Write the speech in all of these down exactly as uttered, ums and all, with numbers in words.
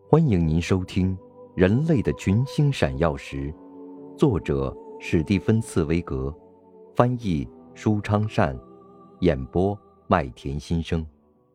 欢迎您收听《人类的群星闪耀时》，作者史蒂芬·茨威格，翻译舒昌善，演播麦田心声。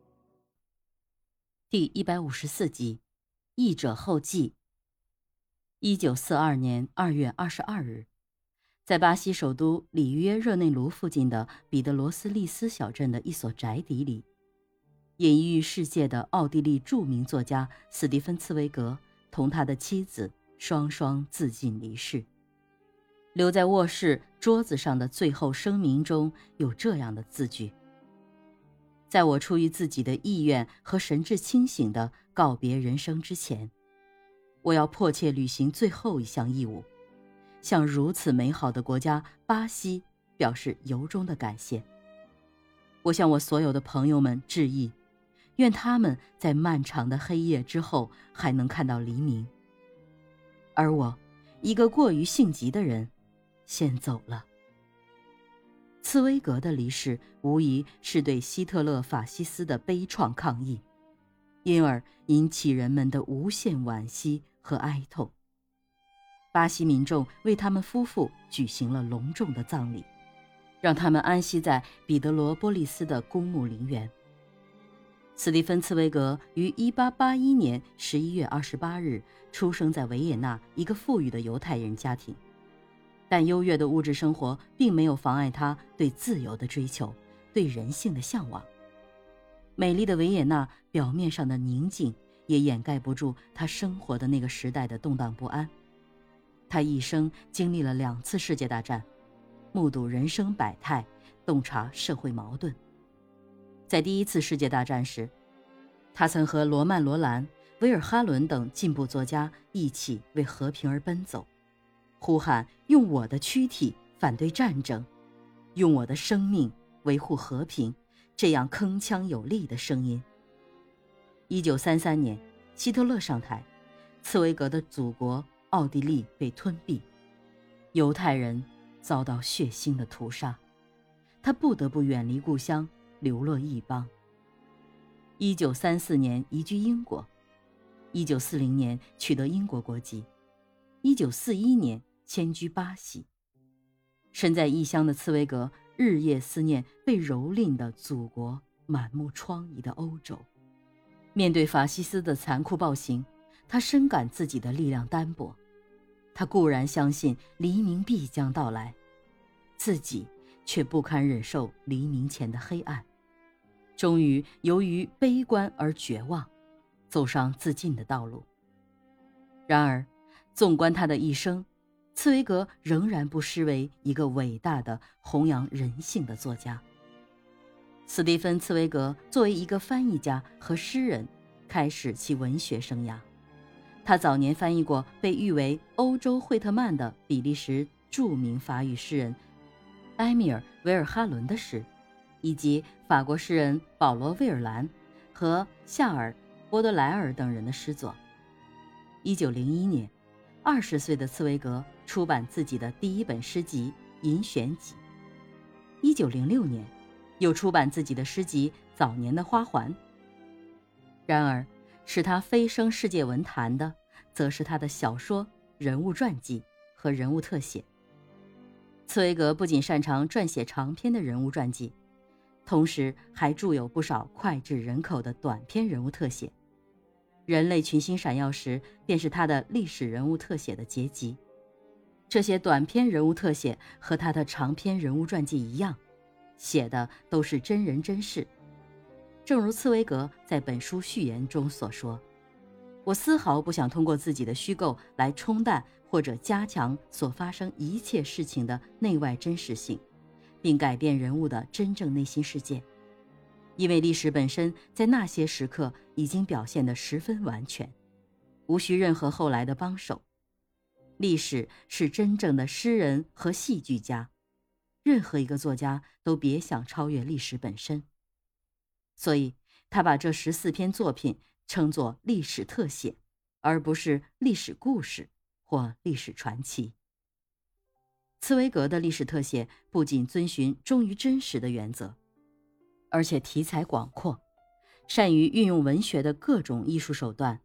第一百五十四集，译者后记。一九四二年二月二十二日，在巴西首都里约热内卢附近的彼得罗斯利斯小镇的一所宅邸里，隐喻世界的奥地利著名作家斯蒂芬·茨威格同他的妻子双双自尽离世。留在卧室桌子上的最后声明中有这样的字句：在我出于自己的意愿和神志清醒的告别人生之前，我要迫切履行最后一项义务，向如此美好的国家巴西表示由衷的感谢。我向我所有的朋友们致意，愿他们在漫长的黑夜之后还能看到黎明。而我，一个过于性急的人，先走了。茨威格的离世无疑是对希特勒法西斯的悲怆抗议，因而引起人们的无限惋惜和哀痛。巴西民众为他们夫妇举行了隆重的葬礼，让他们安息在彼得罗波利斯的公墓陵园。斯蒂芬·茨威格于一八八一年十一月二十八日出生在维也纳一个富裕的犹太人家庭，但优越的物质生活并没有妨碍他对自由的追求，对人性的向往。美丽的维也纳表面上的宁静也掩盖不住他生活的那个时代的动荡不安。他一生经历了两次世界大战，目睹人生百态，洞察社会矛盾。在第一次世界大战时，他曾和罗曼·罗兰、维尔哈伦等进步作家一起为和平而奔走，呼喊用我的躯体反对战争，用我的生命维护和平，这样铿锵有力的声音。一九三三年，希特勒上台，茨威格的祖国奥地利被吞并，犹太人遭到血腥的屠杀，他不得不远离故乡，流落异邦。一九三四年移居英国，一九四零年取得英国国籍，一九四一年迁居巴西。身在异乡的茨威格日夜思念被蹂躏的祖国，满目疮痍的欧洲。面对法西斯的残酷暴行，他深感自己的力量单薄。他固然相信黎明必将到来，自己却不堪忍受黎明前的黑暗，终于由于悲观而绝望，走上自尽的道路。然而，纵观他的一生，茨威格仍然不失为一个伟大的弘扬人性的作家。斯蒂芬·茨威格作为一个翻译家和诗人，开始其文学生涯。他早年翻译过被誉为欧洲惠特曼的比利时著名法语诗人埃米尔·维尔哈伦的诗，以及法国诗人保罗·魏尔兰和夏尔·波德莱尔等人的诗作。一九零一年，二十岁的茨威格出版自己的第一本诗集《吟选集》。一九零六年，又出版自己的诗集《早年的花环》。然而，使他飞升世界文坛的，则是他的小说、人物传记和人物特写。茨威格不仅擅长撰写长篇的人物传记，同时还著有不少脍炙人口的短篇人物特写。《人类群星闪耀时》便是他的历史人物特写的结集。这些短篇人物特写和他的长篇人物传记一样，写的都是真人真事。正如茨威格在本书序言中所说，我丝毫不想通过自己的虚构来冲淡或者加强所发生一切事情的内外真实性，并改变人物的真正内心世界，因为历史本身在那些时刻已经表现得十分完全，无需任何后来的帮手。历史是真正的诗人和戏剧家，任何一个作家都别想超越历史本身。所以他把这十四篇作品称作历史特写，而不是历史故事或历史传奇。茨威格的历史特写不仅遵循忠于真实的原则，而且题材广阔，善于运用文学的各种艺术手段，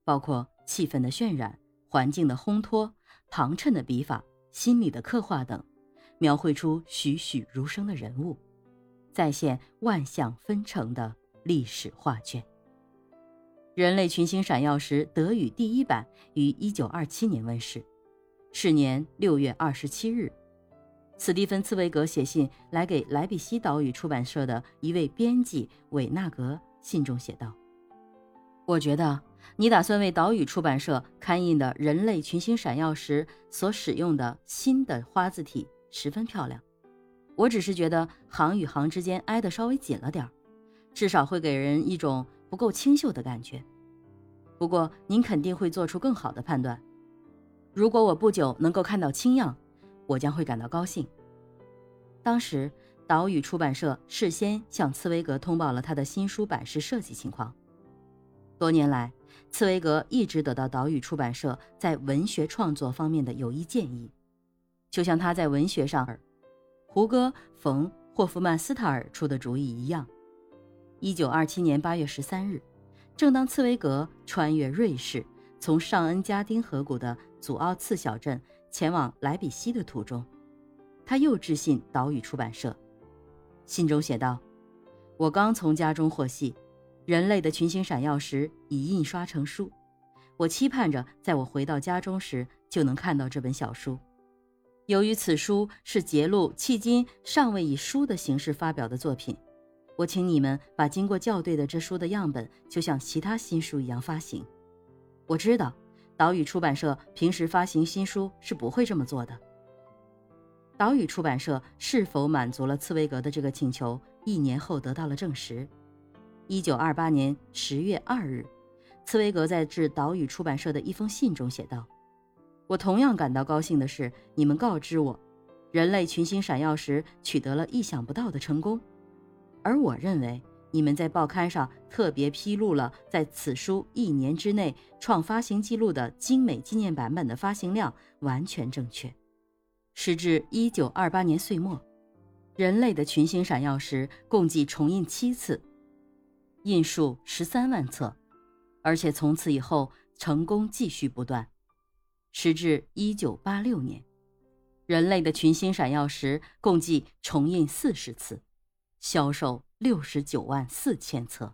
包括气氛的渲染、环境的烘托、旁衬的笔法、心理的刻画等，描绘出栩栩如生的人物，再现万象纷呈的历史画卷。人类群星闪耀时德语第一版于一九二七年问世，是年六月二十七日。斯蒂芬·茨威格写信来给莱比锡岛屿出版社的一位编辑韦纳格，信中写道：我觉得你打算为岛屿出版社刊印的人类群星闪耀时所使用的新的花字体十分漂亮，我只是觉得行与行之间挨得稍微紧了点，至少会给人一种不够清秀的感觉。不过您肯定会做出更好的判断。如果我不久能够看到清样，我将会感到高兴。当时岛屿出版社事先向茨威格通报了他的新书版式设计情况。多年来，茨威格一直得到岛屿出版社在文学创作方面的有益建议，就像他在文学上胡歌、冯、霍夫曼斯塔尔出的主意一样。一九二七年八月十三日，正当茨威格穿越瑞士，从上恩加丁河谷的祖奥茨小镇前往莱比锡的途中，他又致信岛屿出版社。信中写道：我刚从家中获悉，人类的群星闪耀时已印刷成书，我期盼着在我回到家中时就能看到这本小书。由于此书是节录迄今尚未以书的形式发表的作品，我请你们把经过校对的这书的样本就像其他新书一样发行。我知道岛屿出版社平时发行新书是不会这么做的。岛屿出版社是否满足了茨威格的这个请求，一年后得到了证实。一九二八年十月二日，茨威格在致岛屿出版社的一封信中写道：我同样感到高兴的是，你们告知我，人类群星闪耀时取得了意想不到的成功。而我认为你们在报刊上特别披露了在此书一年之内创发行记录的精美纪念版本的发行量完全正确。时至一九二八年岁末，人类的群星闪耀时共计重印七次，印数十三万册，而且从此以后成功继续不断。时至一九八六年，人类的群星闪耀时共计重印四十次，销售六十九万四千册。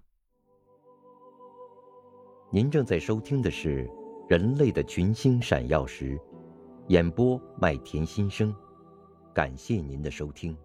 您正在收听的是《人类的群星闪耀时》，演播麦田心声，感谢您的收听。